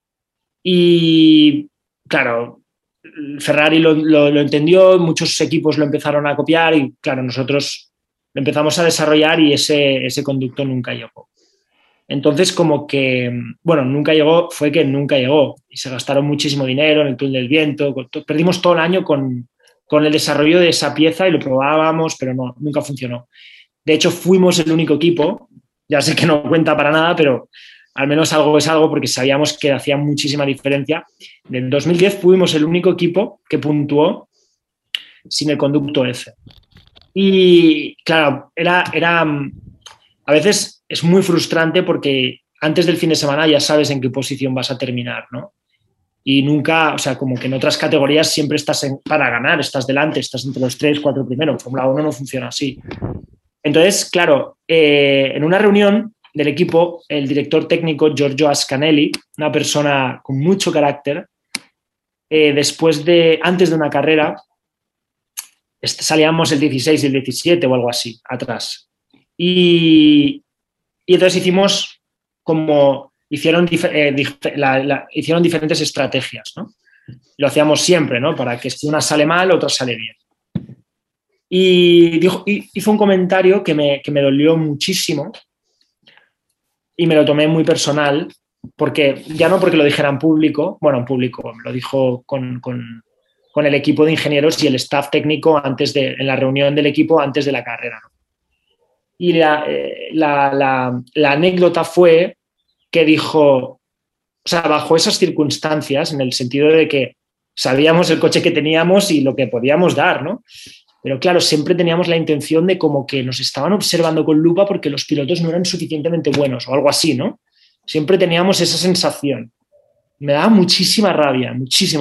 y, claro, Ferrari lo entendió, muchos equipos lo empezaron a copiar y, claro, nosotros lo empezamos a desarrollar y ese conducto nunca llegó. Entonces, como que, bueno, nunca llegó y se gastaron muchísimo dinero en el túnel del viento, perdimos todo el año con el desarrollo de esa pieza y lo probábamos, pero nunca funcionó. De hecho, fuimos el único equipo, ya sé que no cuenta para nada, pero al menos algo es algo porque sabíamos que hacía muchísima diferencia. En 2010 fuimos el único equipo que puntuó sin el conducto F. Y claro, a veces es muy frustrante porque antes del fin de semana ya sabes en qué posición vas a terminar, ¿no? Y nunca, o sea, como que en otras categorías siempre estás para ganar, estás delante, estás entre los 3, 4 primeros. En Fórmula 1 no funciona así. Entonces, claro, en una reunión del equipo, el director técnico Giorgio Ascanelli, una persona con mucho carácter, antes de una carrera, salíamos el 16 y el 17 o algo así, atrás. Y entonces hicimos como hicieron diferentes estrategias, ¿no? Lo hacíamos siempre, ¿no? Para que si una sale mal, otra sale bien. Y hizo un comentario que me dolió muchísimo y me lo tomé muy personal, porque ya no porque lo dijera en público, me lo dijo con el equipo de ingenieros y el staff técnico en la reunión del equipo antes de la carrera, ¿no? Y la anécdota fue que dijo, o sea, bajo esas circunstancias, en el sentido de que sabíamos el coche que teníamos y lo que podíamos dar, ¿no? Pero claro, siempre teníamos la intención de como que nos estaban observando con lupa porque los pilotos no eran suficientemente buenos o algo así, ¿no? Siempre teníamos esa sensación. Me daba muchísima rabia.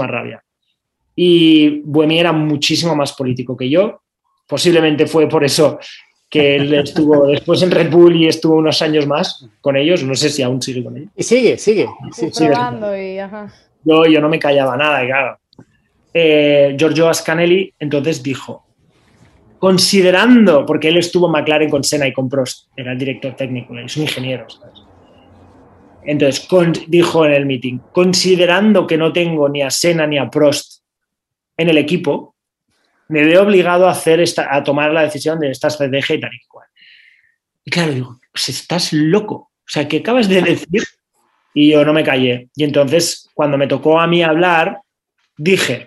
Y Buemi era muchísimo más político que yo. Posiblemente fue por eso que él estuvo después en Red Bull y estuvo unos años más con ellos. No sé si aún sigue con ellos. Y sigue. Sí, probando y ajá. Yo no me callaba nada, claro. Giorgio Ascanelli entonces dijo, considerando, porque él estuvo en McLaren con Senna y con Prost, era el director técnico, es un ingeniero, ¿sabes? Entonces dijo en el meeting, considerando que no tengo ni a Senna ni a Prost en el equipo, me veo obligado a tomar la decisión de esta estrategia y tal y cual. Y claro, digo, pues estás loco. O sea, ¿qué acabas de decir? Y yo no me callé. Y entonces, cuando me tocó a mí hablar, dije,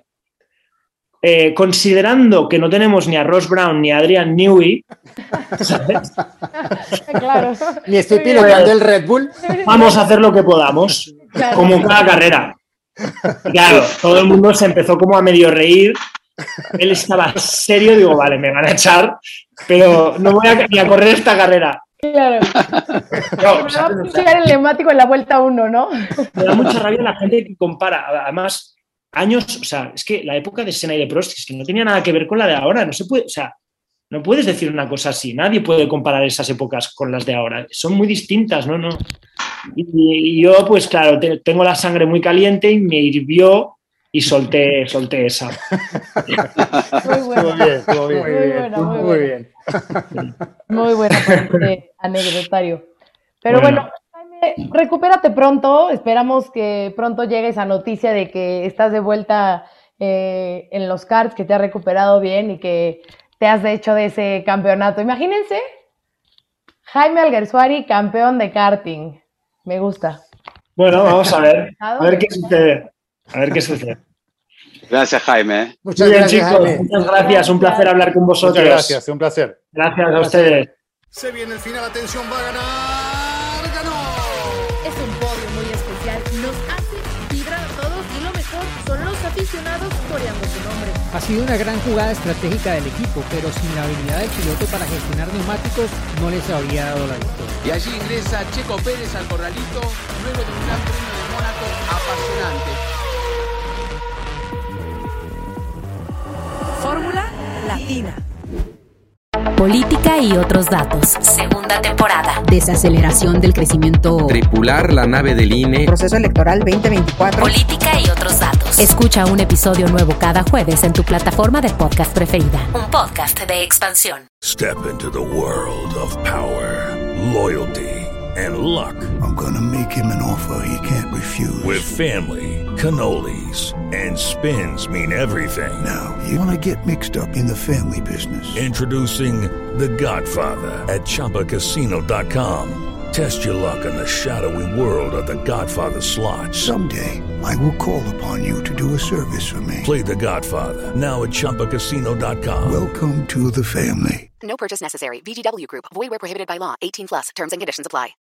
considerando que no tenemos ni a Ross Brown ni a Adrian Newey, ¿sabes? Claro. Ni estoy pilotando el Red Bull. Vamos a hacer lo que podamos, Claro. como en cada carrera. Claro, todo el mundo se empezó como a medio reír. Él estaba serio, digo, vale, me van a echar, pero no voy ni a correr esta carrera. Claro. No, o sea, va a llegar el neumático en la vuelta 1, ¿no? Me da mucha rabia la gente que compara. Además, años, o sea, es que la época de Senna y de Prost es que no tenía nada que ver con la de ahora. No se puede, o sea, no puedes decir una cosa así. Nadie puede comparar esas épocas con las de ahora. Son muy distintas, ¿no? Y yo, pues claro, tengo la sangre muy caliente y me hirvió y solté esa. Muy bueno. Estuvo bien. Muy bien. Muy buena parte anecdotario. Pero bueno, Jaime, recupérate pronto. Esperamos que pronto llegue esa noticia de que estás de vuelta en los karts, que te has recuperado bien y que te has hecho de ese campeonato. Imagínense, Jaime Alguersuari, campeón de karting. Me gusta. Bueno, vamos a ver qué sucede. Gracias, Jaime. Muchas Muy bien, gracias, chicos. Jaime. Muchas gracias. Un placer hablar con vosotros. Muchas gracias, un placer. Gracias a ustedes. Se viene el final, atención, va a ganar, ganó. Es un podio muy especial, nos hace vibrar a todos y lo mejor son los aficionados coreando su nombre. Ha sido una gran jugada estratégica del equipo, pero sin la habilidad del piloto para gestionar neumáticos no les habría dado la victoria. Y allí ingresa Checo Pérez al corralito luego de un gran premio de Mónaco apasionante. Fórmula Latina. Política y otros datos. Segunda temporada. Desaceleración del crecimiento. Tripular la nave del INE. Proceso electoral 2024. Política y otros datos. Escucha un episodio nuevo cada jueves en tu plataforma de podcast preferida. Un podcast de Expansión. Step into the world of power, loyalty, and luck. I'm gonna make him an offer he can't refuse. With family, cannolis, and spins mean everything. Now, you wanna get mixed up in the family business. Introducing The Godfather at ChumbaCasino.com. Test your luck in the shadowy world of The Godfather slot. Someday, I will call upon you to do a service for me. Play The Godfather now at ChumbaCasino.com. Welcome to the family. No purchase necessary. VGW Group. Void where prohibited by law. 18+. Terms and conditions apply.